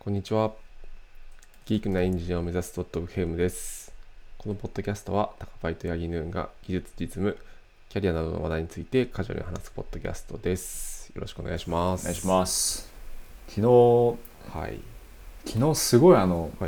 こんにちは。ギークなエンジニアを目指す.fm です。このポッドキャストはタカパイとヤギヌーンが技術、実務、キャリアなどの話題についてカジュアルに話すポッドキャストです。よろしくお願いします。 お願いします。 はい。 昨日すごいはい。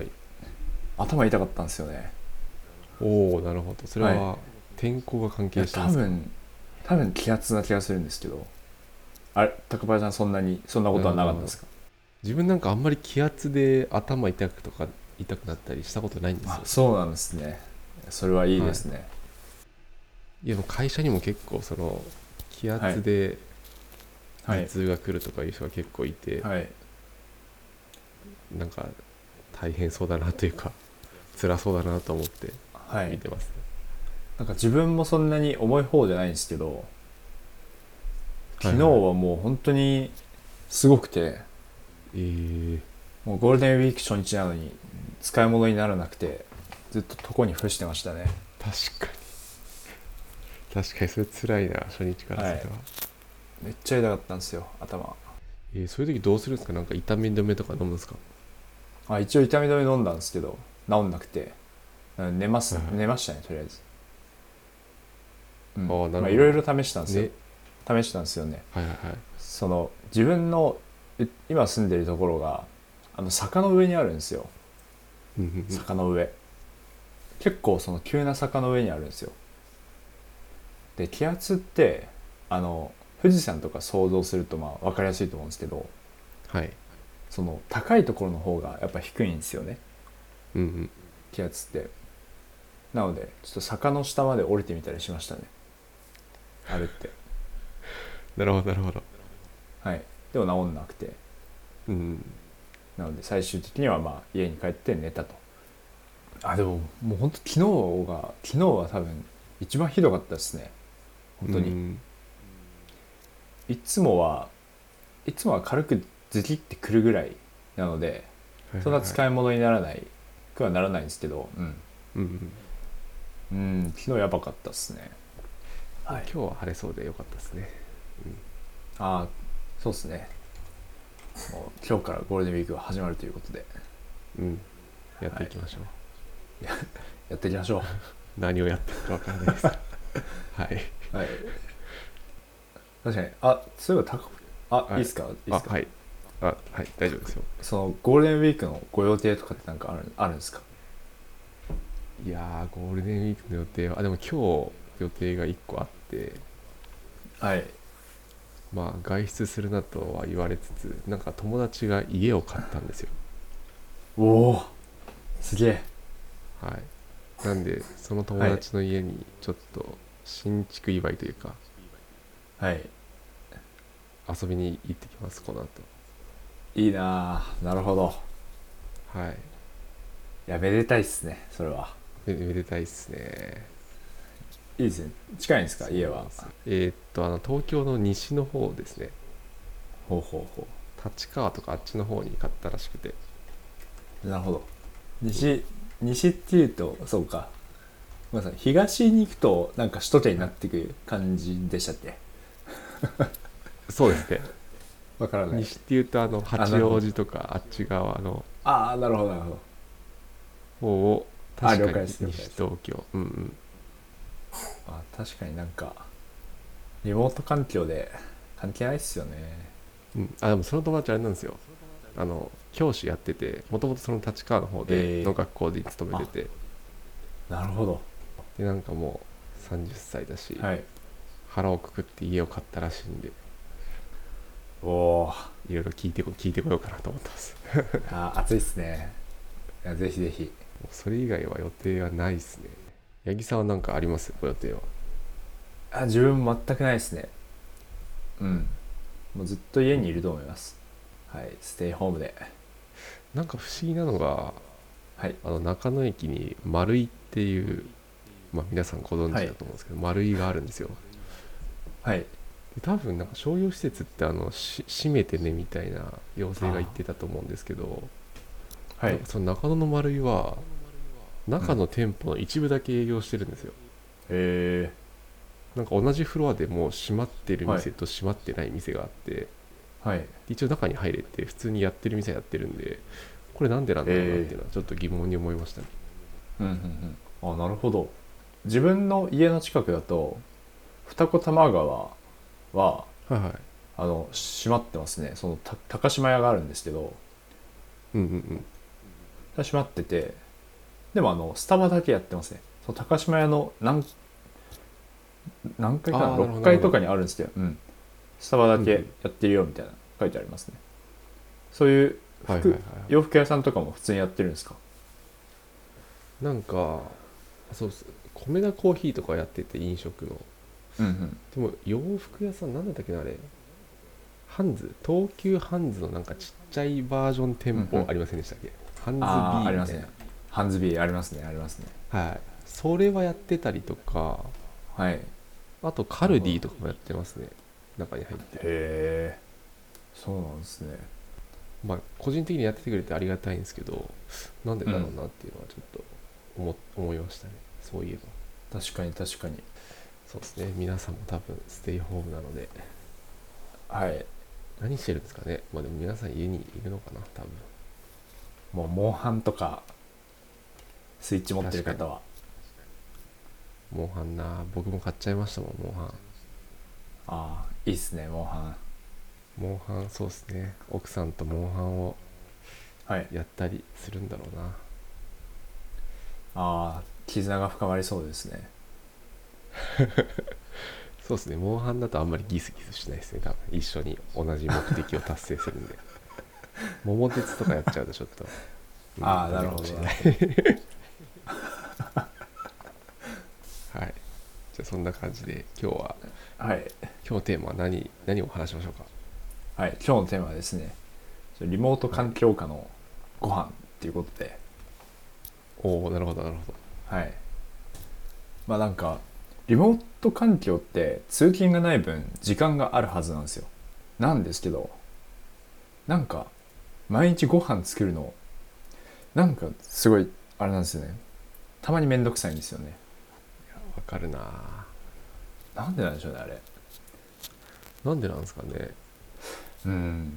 頭痛かったんですよね。 おお、なるほど。それはい。 は天候が関いや係してますか？ 多分気圧な気がするんですけど、あれ高林さんそんなことはなかったですか？ 自分なんかあんまり気圧で頭痛くとか痛くなったりしたことないんですあ、 よ。 そうなんですね。それはいいはい。 ですね。 いや、もう会社にも結構その気はい圧ではい頭痛が来るとかいう人が結構いて、 はい。 なんか大変そうだなというか辛そうだなと思ってはい。 見てますね。 なんか自分もそんなに重い方じゃないんですけど、昨日はいはい。 はもう本当にすごくて、 えもうゴールデンウィーク初日なのに使い物にならなくて、ずっと床に伏してましたね。 確かにそれ辛いな、初日からはい。 それは。 めっちゃ痛かったんですよ、頭。 そういう時どうするんですか？なんか痛み止めとか飲むんですか？ 一応痛み止め飲んだんですけど治んなくて、寝まはいはい。 したね、とりあえず。 ああ、なるほど。 いろいろ試したんですよ。 ね。 試したんですよね。 はいはいはい。 その自分の今住んでるところが坂の上にあるんですよ。 うんうんうん。 坂の上、結構その急な坂の上にあるんですよ。で気圧って富士山とか想像すると分かりやすいと思うんですけど、 はい。 その高いところの方がやっぱ低いんですよね、 うんうん。 気圧って。なのでちょっと坂の下まで降りてみたりしましたね、歩って。 なるほどなるほど。 はい。でも治んなくて、 うん。 なので最終的には家に帰って寝たと。でももう本当昨日は多分一番ひどかったですね、本う当に。 ん。 いつもは軽くズキってくるぐらいなので、そんなはいはいはい。 使い物にならないくはならないんですけど、 うんうん。 昨日やばかったですね。はい。 でも今日は晴れそうでよかったですね。 ああ、そうですね。もう今日からゴールデンウィークが始まるということで、 うん。うん。やっはい、 ていきましょう。 やっていきましょ何をやってるかわからないですけど。はい。 う。はい。確かに。そういえばいはい。 いですか、いいですか。 はい。はい。大丈夫ですよ。 そのゴールデンウィークのご予定とかってなんかあるんですか？ いやー、ゴールデンウィークの予定は、でも今日予定が1個あって、 はい。 まあ外出するなとは言われつつ、なんか友達が家を買ったんですよ。 おお、すげえ。 はい。なんで、その友はい。 達の家にちょっと新築祝いというか、 はい。 遊びに行ってきます、この後。 いいなあ、なるほど。 はい。 いや、めでたいっすね、それは。 めでたいっすね。 いいですね。近いんですか、 そう家は。 なんですよ。東京の西の方ですね。 ほうほうほ立川とかあっちの方に買ったらしくて。 う。なるほど。 うん、 西っていうと、そうか。ごめんなさい。東に行くと、なんか首都圏にはい。 なってくる感じでしたっけ？ そうですね。 わからない。 西っていうとなるほど。 八王子とかあっち側のなるほど、なるほど。 方を、確かに了解です、了解西です。 東京。うんうん。 確かになんか、リモート環境で関係ないっすよね。 うん。でもその友達あれなんですよ。教師やってて、もともとその立川の方でのえ学校で勤めてあ、 て、 なるほど。 で、なんかもう30歳だし、 はい。 腹をくくって家を買ったらしいんで、 おお、 いろいろ聞いてこようかなと思ってます。 暑いっすね。いや、ぜひぜひ。 もうそれ以外は予定はないですね。八木さんは何かありますご予定は？ 自分全くないですね。もうずっと家にいると思います。はい、ステイホームで。 なんか不思議なのが、 はい。 中野駅に丸井っていう、まあ皆さんご存知だはい。 と思うんですけど、丸井があるんですよ。 はい。 で多分なんか商業施設って閉めてねみたいな要請が言っあてたと思うんですけど、 はい。 なんかその中野の丸井は中うん。 の店舗の一部だけ営業してるんですよ。 えなんか同じフロアでもう閉まってるはい。 店と閉まってない店があって、 はい。 で一応中に入れて普通にやってる店やってるんで、これなんでなんだろうなっていうのはちょっと疑問に思いましたね。 うんうんうん。あ、なるほど。自分の家の近くだと二子玉川ははいはい。 閉まってますね。その高島屋があるんですけど、 うんうんうん。 閉まってて、でもスタバだけやってますね。その高島屋の何階かな、 ああ、なるほ 6 どなるほど。 階とかにあるんですけど、うん、スタバだけうんうん。 やってるよみたいな書いてありますね。そういうはいはいはいは洋服屋さんとかも普通にやってるんですか？ い。なんか、そうっす。米田コーヒーとかやってて飲食の。 うんうん。 でも洋服屋さんなんだったっけなあれ。東急ハンズのなんかちっちゃいバージョン店舗ありませんでしたっけ？ハンズああ、あ B みたいな。 りますね。ハンズビーありますね、ありますね。 はい。それはやってたりとか、 はい。 あとカなるほど。 ルディとかもやってますね。中に入って。 へえ、そうなんですね。 まあ個人的にやっててくれてありがたいんですけど、なんでうん。 だろうなっていうのはちょっと思いましたね。そういえば。 確かに確かに。 そうですね。皆さんも多分ステイホームなので、 はい。 何してるんですかね。まあでも皆さん家にいるのかな、多分。 もうモンハンとかスイッチ持ってる確かに。 方は、 モンハンな。僕も買っちゃいましたもん、モンハン。 ああ、いいっすね、モンハン。 モンハン、そうですね。奥さんとモンハンをはい。 やったりするんだろうな。 ああ、絆が深まりそうですね。 そうですね。モンハンだとあんまりギスギスしないですね。多分一緒に同じ目的を達成するんで。桃鉄とかやっちゃうとちょっと、 ああ、 ダなるほど、 メかもしれない。 なるほど。 はい。じゃあそんな感じではい。 今日のテーマは何を話しましょうか。 はい。今日のテーマはですね、リモートはい。 環境下のご飯っていうことで、 おお、なるほど、なるほど。 はい。まあなんか、リモート環境って通勤がない分時間があるはずなんですよ。なんですけど、なんか、毎日ご飯作るの、なんかすごい、あれなんですよね。たまにめんどくさいんですよね。 わかるな。 なんでなんでしょうね、あれ。 なんでなんですかね。 うん。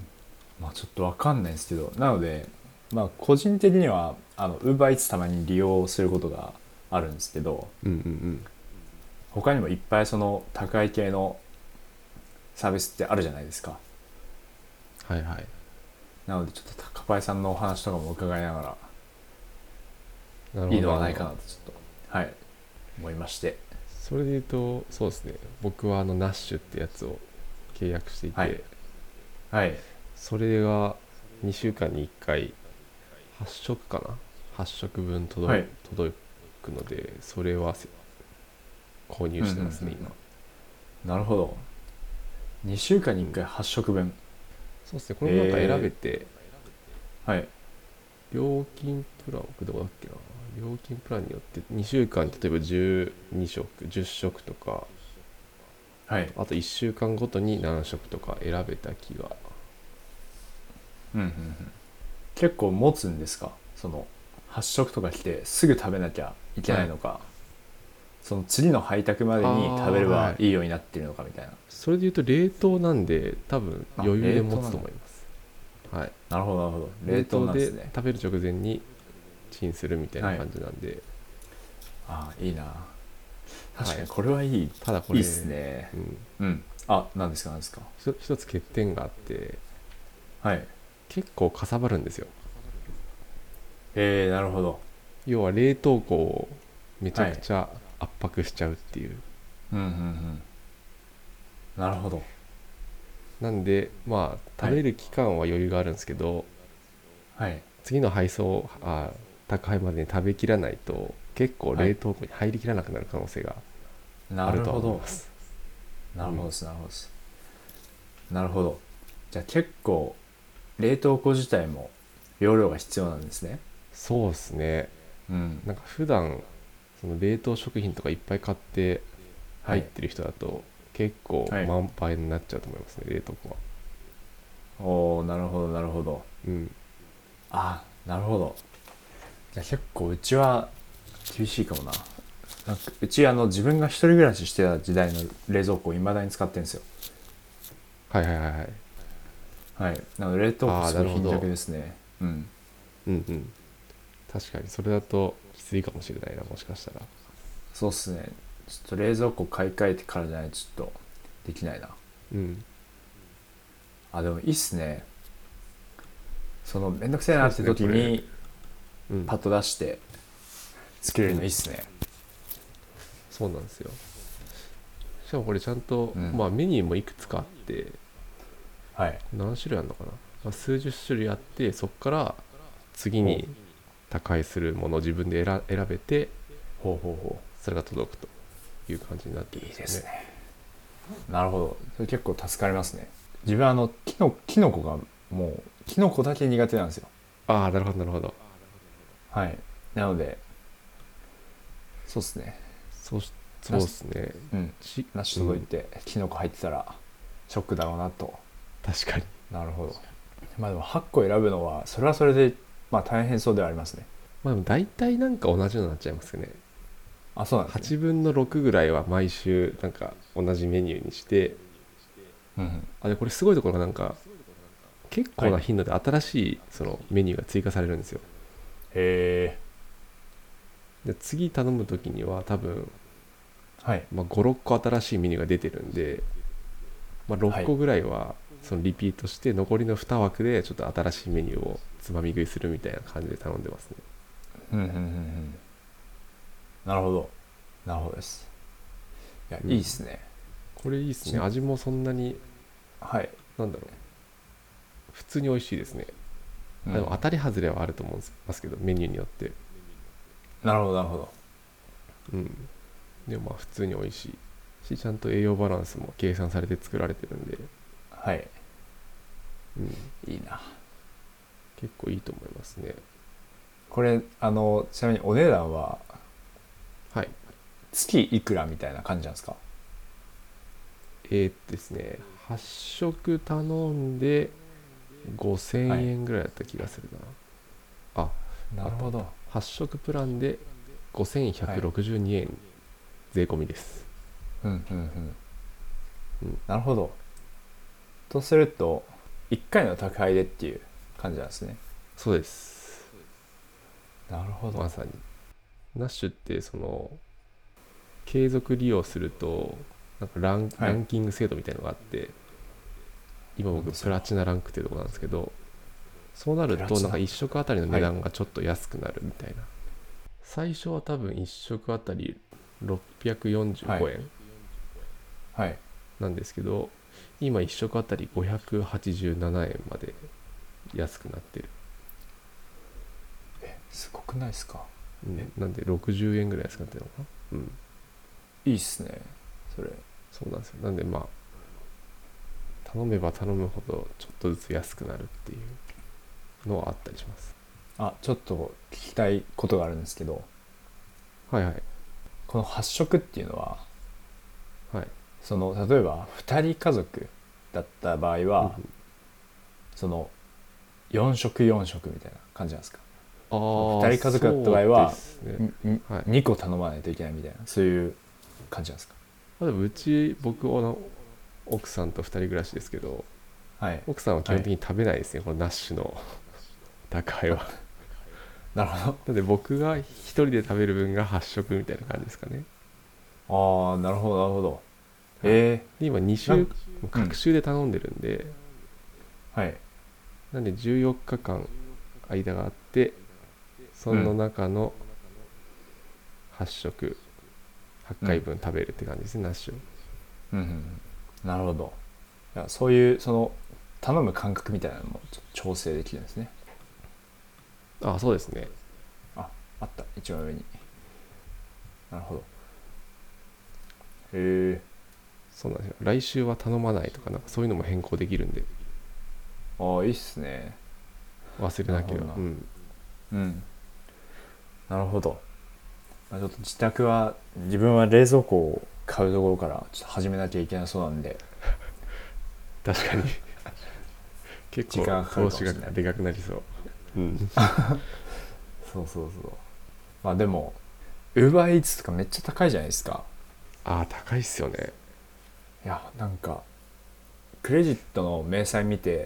まあちょっとわかんないですけど、なので、まあ個人的には、Uber Eats たまに利用することがあるんですけど、 うんうんうん。 他にもいっぱいその高い系のサービスってあるじゃないですか。 はいはい。 なのでちょっと高パイさんのお話とかも伺いながら、 なるほど、 いいのはなるほど。 ないかなとちょっと、はい、思いまして。 それで言うと、そうですね。僕はナッシュってやつを契約していはい。 て、 はい。 それが2週間に1回、8食かな？ 8 食分はい。 届くので、それは購入うんうんうんうしてますね、今。 ん。なるほど。2週間に1 うん。 回8食分。 そうですね。これもなんか選べへえ。 て、 はい。 料金プラン、どこだっけな。料金プランによって2週間に例えば12食、10食とか、 はい。 あと1週間ごとに何食とか選べた気が。 うんうんうん。結構持つんですか？その、8食とか来てすぐ食べなきゃいけはい。 ないのか、その次の配達まであに食べあ、 れはいはい。 ばいいようになってるのかみたいな。 それで言うと冷凍なんで多分あ、 余裕で持つ冷凍なんだ。 と思います。はい。 なるほど、なるほど。冷凍冷凍でなんですね。 食べる直前にチンするみたいなはい。 感じなんで、 ああ、いいな。確はい。 かにこれはいい。 ただこれ、 いいっすね。 うん、 うん。あ、何ですか、何ですか。 一つ欠点があって、 はい。 結構かさばるんですよ。 なるほど。 要は冷凍庫をめちゃはい。 くちゃ圧迫しちゃうっていう。 うんうんうん。なるほど。 なんで、まあ、 はい。 食べる期間は余裕があるんですけど、 はい。 次の配送、宅配までに食べきらないと、結構はい。 冷凍庫に入りきらなくなる可能性があなるとはるほど。 思います。うん。 なるほどです。なるほどです。なるほど。じゃあ結構、冷凍庫自体も容量が必要なんですね。 そうですね。 うん。 なんか普段、その冷凍食品とかいっぱい買ってはい。 入ってる人だと、結構はい。 満杯になっちゃうと思いますね、冷凍庫は。 おー、なるほど、なるほど。 うん。 あ、なるほど。じゃあ結構うちは厳しいかもな。なんかうち自分が一人暮らししてた時代の冷蔵庫を未だに使ってるんですよ。 はいはいはいはい。 はい。なので冷凍庫すごい貧なるほど。 弱ですね。うん。 うんうん。確かにそれだときついかもしれないな、もしかしたら。 そうっすね。ちょっと冷蔵庫買い替えてからじゃないとちょっとできないな。 うん。 あ、でもいいっすね。そのめんどくせえそうなってですねこれ。 時にうん。 パッと出して作れるうん。 のいいっすね。 そうなんですよ。しかもこれちゃんと、 うん。 まあメニューもいくつかあって、 はい。 何種類あるのかな、まあ、数十種類あって、そこから次ほうに宅配するものを自分で選べて、 ほうほうほそれが届くという感じになってう。いいるんですよね。 ですね。なるほど。それ結構助かりますね。自分キノコがもうキノコだけ苦手なんですよ。 ああ、なるほどなるほど。 はい。なのでそうっすね。 そうしそうですね。 うん。梨うん、 届いてキノコ入ってたらショックだろうなと。 確かに。 なるほど。まあでも8個選ぶのはそれはそれでまあ大変そうではありますね。 まあでも大体なんか同じようになっちゃいますよね。 あ、そうなんですね。 8分の6ぐらいは毎週なんか同じメニューにして、 うんうん。 でこれすごいところがなんか結構はい。へな頻度で新しいそのメニューが追加されるんですよ。 え。 で次頼む時には多分、 はい。 まあ、5、6個新しいメニューが出てるんで、まあ、6 はい。 個ぐらいはそのリピートして、残りの2枠でちょっと新しいメニューをつまみ食いするみたいな感じで頼んでますね。 うんうんうんうん。なるほど。なるほどです。いや、 うん。 いいっすね。 これいいですね。 ち味もそんなに、 はい。 なんだろう、普通に美味しいですね。 うん。 でも当たり外れはあると思いますけど、メニューによって。 なるほどなるほど。 うん。でもまあ普通に美味しいし、ちゃんと栄養バランスも計算されて作られてるんで、 はい。 うん、 いいな。 結構いいと思いますね。 これちなみにお値段ははい。 月いくらみたいな感じなんですか？ ですね、8食頼んで5000 はい。 円ぐらいだった気がするな。あったあった。 なるほど。 8食プランではい。 5162円税込みです。 うんうんうん。 うん。 なるほど。とすると1回の宅配でっていう感じなんですね。 そうです。 なるほど。 まさに。ナッシュってその継続利用するとなんかはい。 ランキング制度みたいのがあって、今僕なんだそれは。 プラチナランクっていうところなんですけど、そうなるプラチナ。 となんか1食あたりの値はい。 段がちょっと安くなるみたいな。最初は多分1食あたり645 はい。 円はい。 なんですけど、今1食あたり587円まで安くなってる。 すごくないですか？え、 うん、なんで60円ぐらい安くなってるのかな。うん、 いいっすね。それ。 そうなんですよ。なんでまあ頼めば頼むほどちょっとずつ安くなるっていうのはあったりします。 あ、ちょっと聞きたいことがあるんですけど、 はいはいこの発色っていうのは、 はい。 その例えば2人家族だった場合は、 うん、 その4食4食みたいな感じなんですか？そのああ、 2人家族だった場そうで合はすね。はい。 2個頼まないといけないみたいな、そういう感じなんですか？ でも僕の奥さんと2人暮らしですけど、 はい。 奥さんは基はい。 本的に食べないですね、このナッシュの宅配あ、 は。 なるほなんで僕が一人で食べる分が8食みたいな感じですかね。 ど。ああ、なるほどなるほど。 はい。 えで、今2 なん週、 うん。 隔週で頼んでるんで、 はい。 なんで14日間間があって、そのうん。 中の8食、8 うん。 回分食べるって感じですね、ナッシュを。 うんうんうん。なるほど。いや、そういうその頼む感覚みたいなのもちょっと調整できるんですね。 あ、そうですね。 あ、あった、一番上に。なるほど。へえ。 そうなんですよ。来週は頼まないとか、なんかそういうのも変更できるんで、 ああ、いいっすね。 忘れなければ。 なるほどな。 うん。 うん。なるほど。まあ、ちょっと自宅は自分は冷蔵庫を買うところからちょっと始めなきゃいけないそうなんで、 確かに結構時間がかかる投かもしれない。 資額がでかくなりそう。うん。 そうそうそう。まあでも UberEats とかめっちゃ高いじゃないですか。 ああ、高いっすよね。 いや、なんかクレジットの明細見て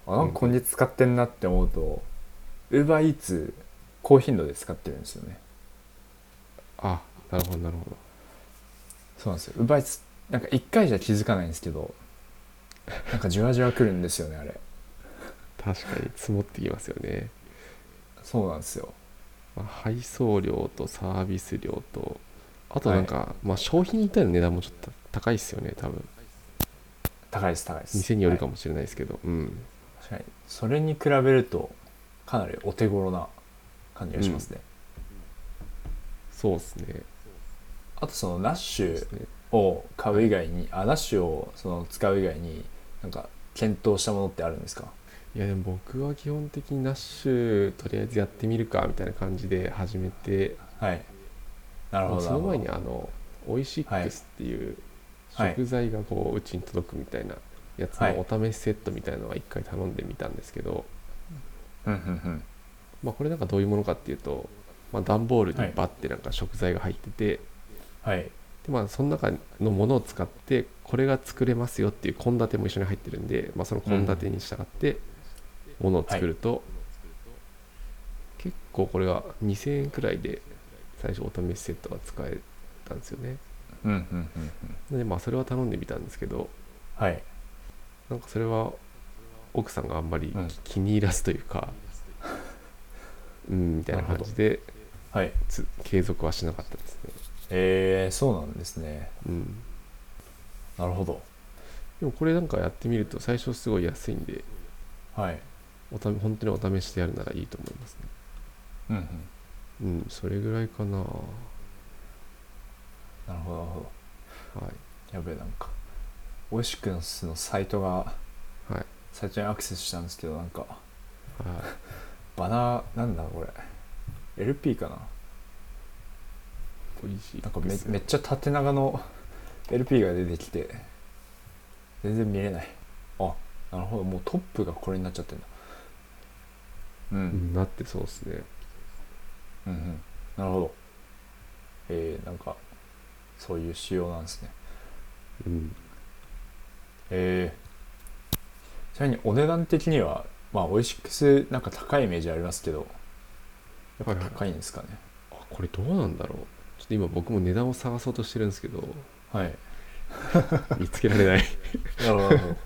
なんか今月使ってんなって思うと UberEats 高頻度で使ってるんですよね。 あ、なるほどなるほど。 そうなんですよ。UberEats なんか1回じゃ気づかないんですけど、なんかじわじわ来るんですよねあれ。 確かに積もってきますよね。 そうなんですよ。 まあ、配送料とサービス料と、あとなんはい。 か、まあ、商品に対の値段もちょっと高いですよね、多分。 高いです高いです。 店によはい。 るかもしれないですけど、うん。 確かにそれに比べるとかなりお手頃な感じうん。 がしますね。 そうですね。 あとそのナッシュそうですね。 を買うはい。 以外に、ナッシュをその使う以外になんか検討したものってあるんですか？ いやでも僕は基本的にナッシュとりあえずやってみるかみたいな感じで始めて、 はい。なるほどなるほど。 その前にオイシッはいクスっていうはい食材がこううちに届くみたいなやつのはい。 お試しセットみたいなのは一回頼んでみたんですけど、 うんうんうん。 まあこれなんかどういうものかっていうと、まあ、段ボールにはいバッてなんか食材が入ってて、 はい。 でまあその中のものを使ってこれが作れますよっていう献立も一緒に入ってるんで、まあ、その献立に従ってものをはい。 作ると、結構これが2000円くらいで最初お試しセットが使えたんですよね。 うんうんうんうん。 でまあそれは頼んでみたんですけど、 はい。 なんかそれは奥さんがあんまりうん。 気に入らずというか、うんみたいななるほど。 感じではい。 継続はしなかったですね。 そうなんですね。 うん。 なるほど。 でもこれなんかやってみると最初すごい安いんで、 はい。 本当にお試しでやるならいいと思いますね。 うんうん。 うん、それぐらいかな。はなるほどなるほど。 い。 やべえ、なんかオイシックスのはい。 サイトにアクセスしたんですけど、なんかはい。 バナーなんだこれ、 LP かな。 オイシッなんかクス。 めっちゃ縦長の LP が出てきて全然見れない。あ、なるほど、もうトップがこれになっちゃってんだ。うん。 うん、なってそうですね。 うんうん。なるほど。なんかそういう仕様なんですね。 うん。 えちなみにお値段的には、まあオイシックスなんか高いイメージありますけど、やっぱはいはい。 高いんですかね。 あ、これどうなんだろう。ちょっと今僕も値段を探そうとしてるんですけど、 はい。 見つけられない。 なるほどなるほど。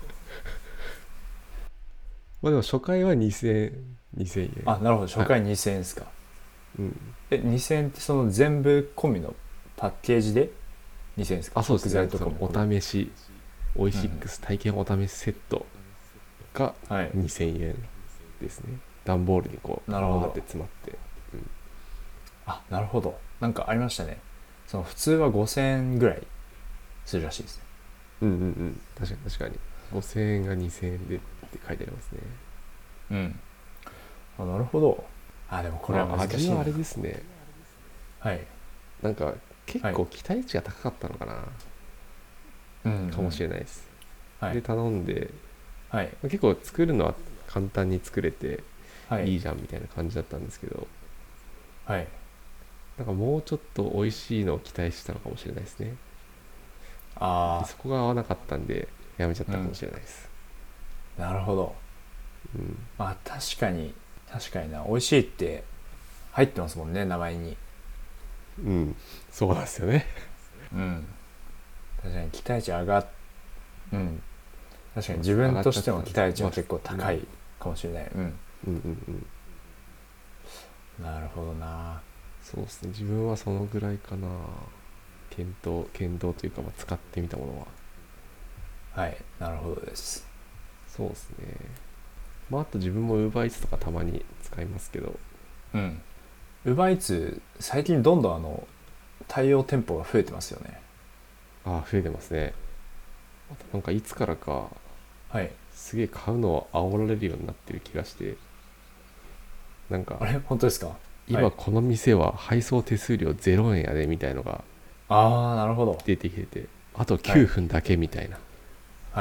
まあでも初回は2000円。 なるほど、初はい。 回2000円ですか。 うん。 2000円ってその全部込みのパッケージで2000円ですか？ あ、そうですね。な食材んかそのおとかも込み。 試し、オイうんうん。 シックス体験お試しセットがはい。 2000円ですね。段ボールにこう、 なるほど。 バーって詰まって。うん。 なるほど。なんかありましたね。その普通は5000円ぐらいするらしいですね。 うんうんうん。確かに確かに。5000円が2000円でって書いてありますね。 うん。なるほど。でもこれはまあ難しいな。 味はあれですね。 はい。 なんか結はい。 構期待値が高かったのかな。 うんうかもしん。 れないです。 はい。 で、頼んで、 はい。 結構作るのは簡単に作れてはい。 いいじゃんみたいな感じだったんですけど、 はい。 なんかもうちょっと美味しいのを期待したのかもしれないですね。で、 あそこが合わなかったんで、やめちゃっうん。 たかもしれないです。 なるほど。 うん。 まあ確かにな。美味しいって入ってますもんね、名前に。 うん。そうなんですよね。 うん。確かに期待値上がっ、うん。確かに自上がっ分としてちゃってたんです。 も期待値まあ、 は結構うん。 高いかもしれない。うん。 うんうんうん。 なるほどな。 そうですね。自分はそのぐらいかな。検討というか、まあ、使ってみたものは。 はい。なるほどです。 そうですね。まあ、あと自分も UberEats とかたまに使いますけど、 うん。UberEats 最近どんどん対応店舗が増えてますよね。 ああ、増えてますね。あとなんかいつからか、 はい。 すげえ買うのを煽られるようになってる気がして、なんか、 あれ本当ですか？はい。 今この店は配送手数料0円やでみたいのがなるほど。 出てきてて、あと9 はい。 分だけみたいな。 はい。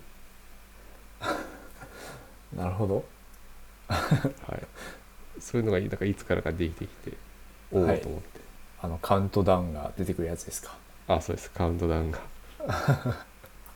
なるほど。 はい。そういうのがなんかいつからかできてきて、おはい。 おと思って。 カウントダウンが出てくるやつですか？ あ、そうです。カウントダウンが。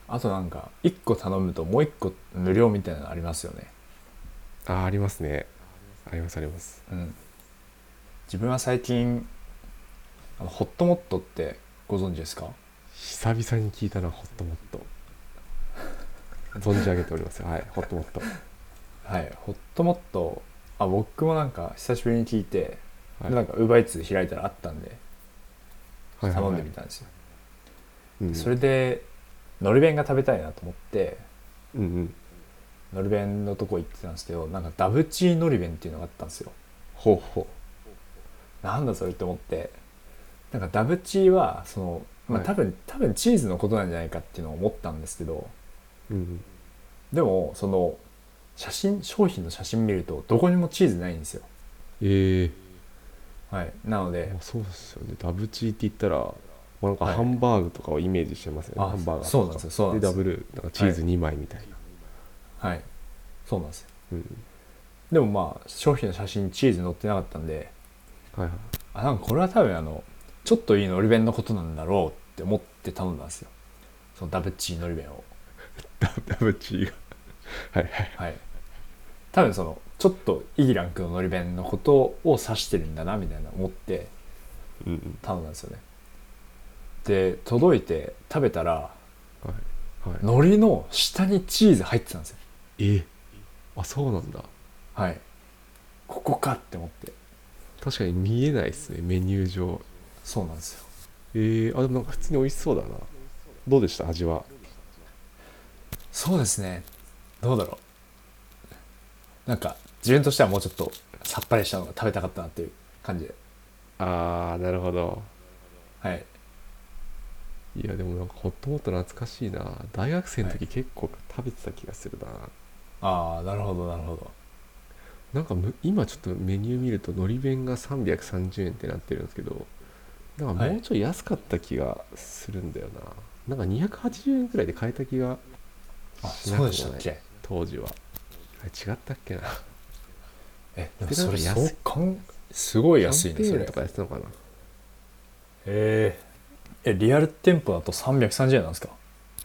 あとなんか1個頼むともう1個無料みたいなのありますよね。 ありますね。ありますあります。 うん。自分は最近ホットモットってご存知ですか？ 久々に聞いたな、ホットモット。存じ上げておりますよ。はい、ホットモット。 はい、ホットモット、僕もなんか久しぶりに聞いて、 はい、 でなんか UberEats 開いたらあったんではいはいはい、 頼んでみたんですよ。 うん、 それでのり弁が食べたいなと思ってうんうん。 のり弁のとこ行ってたんですけど、なんかダブチーのり弁っていうのがあったんですよ。 ほうほなんだそれって思って、なんかダブチーはその、 う。はい。 多分チーズのことなんじゃないかっていうのを思ったんですけど、 うんうん。 でもその商品の写真見るとどこにもチーズないんですよ。 えはい、なので、 そうですよね。ダブチーって言ったら、なんかはい、 ハンバーグとかをイメージしてますよね。ハンバーガーとか。 そうなんですよ、そうなんで、 ですよ。 ダブル、なんかチーズ2枚みたいな。 はい、そうなんですよ。 うん。 でもまあ商品の写真にチーズ載ってなかったんで、 はいはい。 なんかこれは多分ちょっといいのり弁のことなんだろうって思って頼んだんですよ、そのダブチーのり弁を。 ダブチーが。はいはい。 はい、多分そのちょっといいランクののり弁のことを指してるんだなみたいな思ってうんうん。 頼んだんですよね。で届いて食べたらはいはい。 海苔の下にチーズ入ってたんですよ。 えそうなんだ。 はい、ここかって思って。 確かに見えないですね、メニュー上。 そうなんですよ。 でもなんか普通に美味しそうだな。どうでした味は？ そうですね、どうだろう、なんか自分としてはもうちょっとさっぱりしたのが食べたかったなっていう感じで。 なるほど。 はい、 いやでもなんかホットモット懐かしいな。大学生のはい、 時結構食べてた気がするな。 なるほどなるほど。 なんか今ちょっとメニュー見るとのり弁が330円ってなってるんですけど、なんかはい、 もうちょい安かった気がするんだよな。なんか280円くらいで買えた気がしなそうでくもない。 したっけ？ 当時は。あれ違ったっけな。 でもで、なんそれか安い、 すごいキャン安いねそれ。 ペーンとかやってたのかな。 えリアル店舗だと330円なんですか？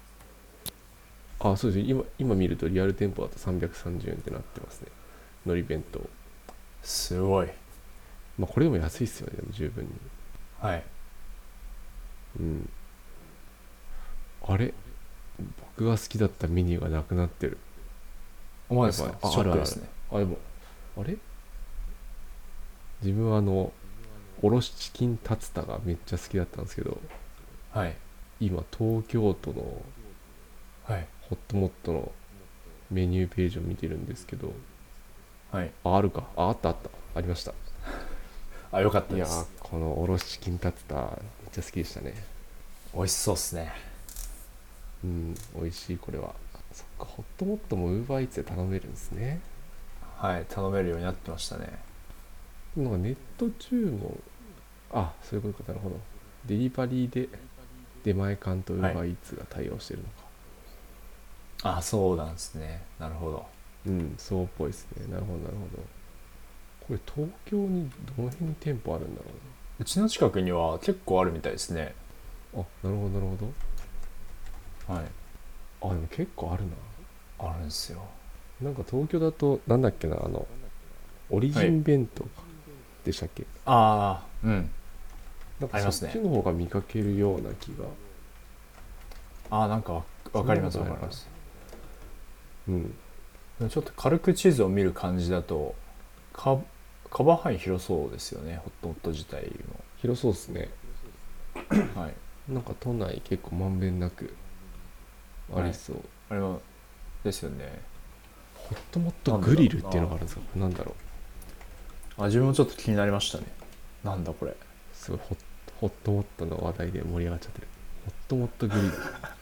そうです。今見るとリアル店舗だと330円ってなってますね。のり弁当。 すごい。 まあこれでも安いっすよね、でも十分に。 はい、 うん。あれ僕が好きだったメニューがなくなってる。 思わないですか？ やっぱり、 ショックですね。 でも、あれ自分はおろしチキンタツタがめっちゃ好きだったんですけど、 はい、 今東京都のはい、 ホットモットのメニューページを見てるんですけど、 はい。 あるか。あったあった。ありました。 よかったいやー、 です。 このおろしチキンタツタめっちゃ好きでしたね。 美味しそうっすね。 うん、美味しいこれは。そっか、ホットモットも Uber Eats で頼めるんですね。 はい、頼めるようになってましたね。 なんかネット注文、そういうことか、なるほど。デリバリーで出前館とはい。 Uber Eats が対応してるのか。 そうなんですね。なるほど。 うん、そうっぽいですね。なるほど、なるほど。これ東京にどの辺に店舗あるんだろうちの近くには結構あるみたいですね。 うな。なるほど、なるほはい。 ど。でも結構あるあるんですよ。 な。なんか東京だと、なんだっけな、オリジはい。 ン弁当かでしたっけ？ うん。 なんかそっありますね。 ちの方が見かけるような気が。 なんかわそんなかりますことないのかな。 わかります。 うん。 でもちょっと軽く地図を見る感じだと、カバー範囲広そうですよね。ホットモット自体広そうですね。 も。はい。 なんか都内結構まんべんなくあはい。 りそう。 あれも、ですよね。 ホットモットなんだろうグリルっていうのがあるんですか？なんだろう。 自分もちょっと気になりましたね。なんだこれ。 すごいホットモットの話題で盛り上がっちゃってる。ホットモットグリル。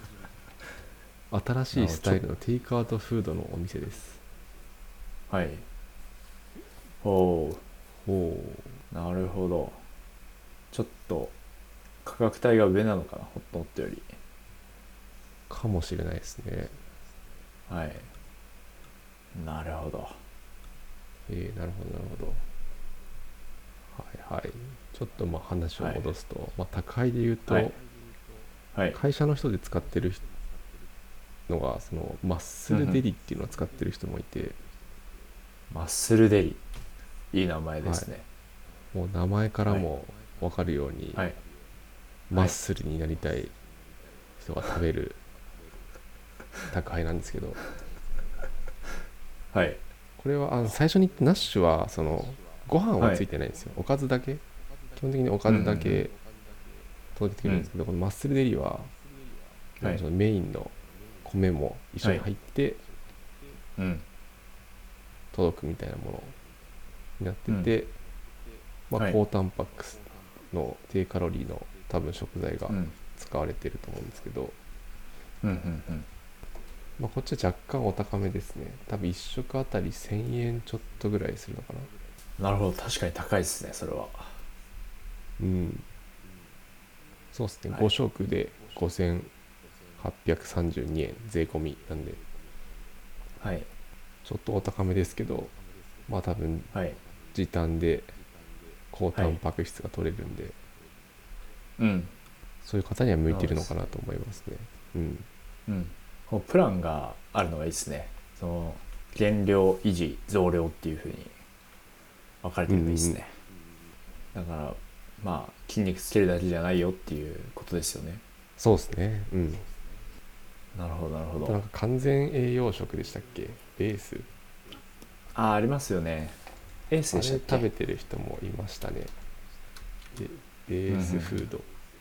新しいスタイルのテイクアウトフードのお店です。 はい。おおなるほど。ちょっと価格帯が上なのかな、ホットモットより。 かもしれないですね。 はい。なるほど。 なるほどなるほど。はいはい。ちょっとまあ話を戻すと、まあ宅配で言うと、 はい。はい。 会社の人で使ってるのがそのマッスルデリっていうのを使ってる人もいて、 マッスルデリ、いい名前ですね。 もう名前からも分かるように、 はい、 マッスルになりたい人が食べる宅配なんですけど、 はい、 これは最初に言ったナッシュはそのご飯はついてないんですよ、おかずだけ、基本的におかずだけ届けてくれるんですけど、このマッスルデリは、そのメインの米も一緒に入って届くみたいなものになってて、高タンパク質の低カロリーの多分食材が使われてると思うんですけど、こっちは若干お高めですね。多分1食あたり1000円ちょっとぐらいするのかな。 なるほど、確かに高いですね、それは。 そうですね、5食で5832円税込みなんで、ちょっとお高めですけど、多分時短で高タンパク質が取れるんで、そういう方には向いてるのかなと思いますね。 このプランがあるのがいいですね。その減量、維持、増量っていう風に分かれてるのがいいですね。だから筋肉つけるだけじゃないよっていうことですよね。 そうですね。 なるほどなるほど。 なんか完全栄養食でしたっけ、ベース。 ありますよね。エースでしたっけ。 あれ食べてる人もいましたね。ベースフード。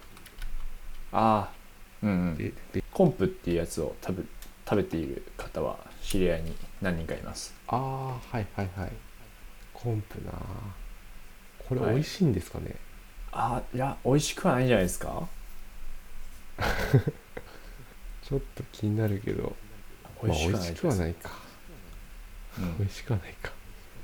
コンプっていうやつを食べている方は知り合いに何人かいます。 はいはいはい。コンプな。これ美味しいんですかね。 いや美味しくはないんじゃないですか。 ちょっと気になるけど、美味しくはないか。美味しくはないか。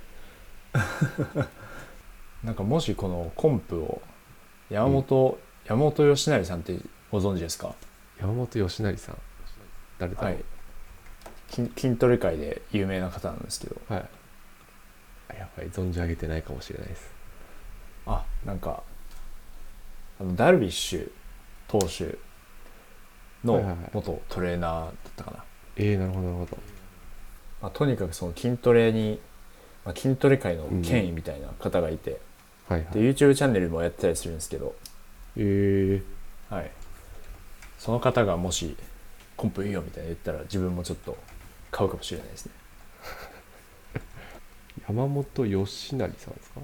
なんかもしこのコンプを山本義成さんってご存知ですか。 山本義成さん、誰だろう。 筋トレ界で有名な方なんですけど、 やばい、存じ上げてないかもしれないです。 なんかダルビッシュ投手の元トレーナーだったかな。 なるほどなるほど。とにかくその筋トレ界の権威みたいな方がいて、で YouTube チャンネルもやってたりするんですけど、その方がもしコンプいいよみたいな言ったら自分もちょっと買うかもしれないですね。 山本義成さんですか。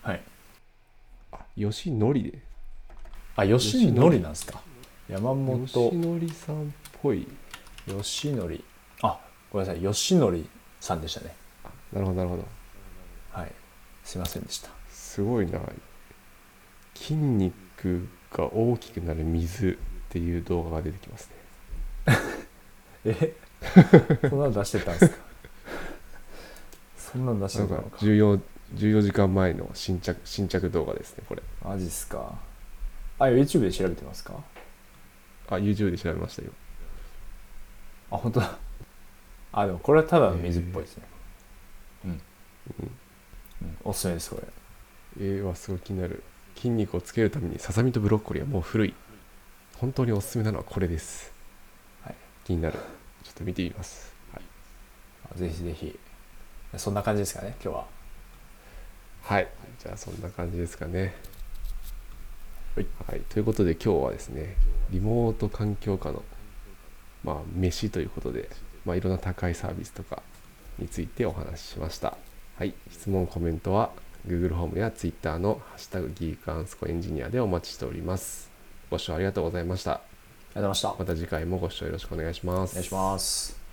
義則で。 義則なんですか。山本義則さんっぽい。 義則、ごめんなさい、義則さんでしたね。 なるほどなるほど。 すいませんでした。 すごいな。筋肉が大きくなる水っていう動画が出てきますね。そんなの出してたんですか。そんなの出してたのか。 14時間前の新着動画ですね、これ。 マジっすか。YouTube で調べてますか。 YouTube で調べましたよ。 本当だ。でもこれはただの水っぽいですね。おすすめですこれ。 すごい気になる。筋肉をつけるためにささみとブロッコリーはもう古い。本当におすすめなのはこれです。気になる。ちょっと見てみます。 ぜひぜひ。そんな感じですかね、今日は。 じゃあそんな感じですかね。ということで今日はですね、リモート環境下の飯ということで、いろんな高いサービスとかについてお話ししました。質問コメントは Google ホームや Twitter のハッシュタグギークアンスコエンジニアでお待ちしております。ご視聴ありがとうございました。 ありがとうございました。 また次回もご視聴よろしくお願いします。 お願いします。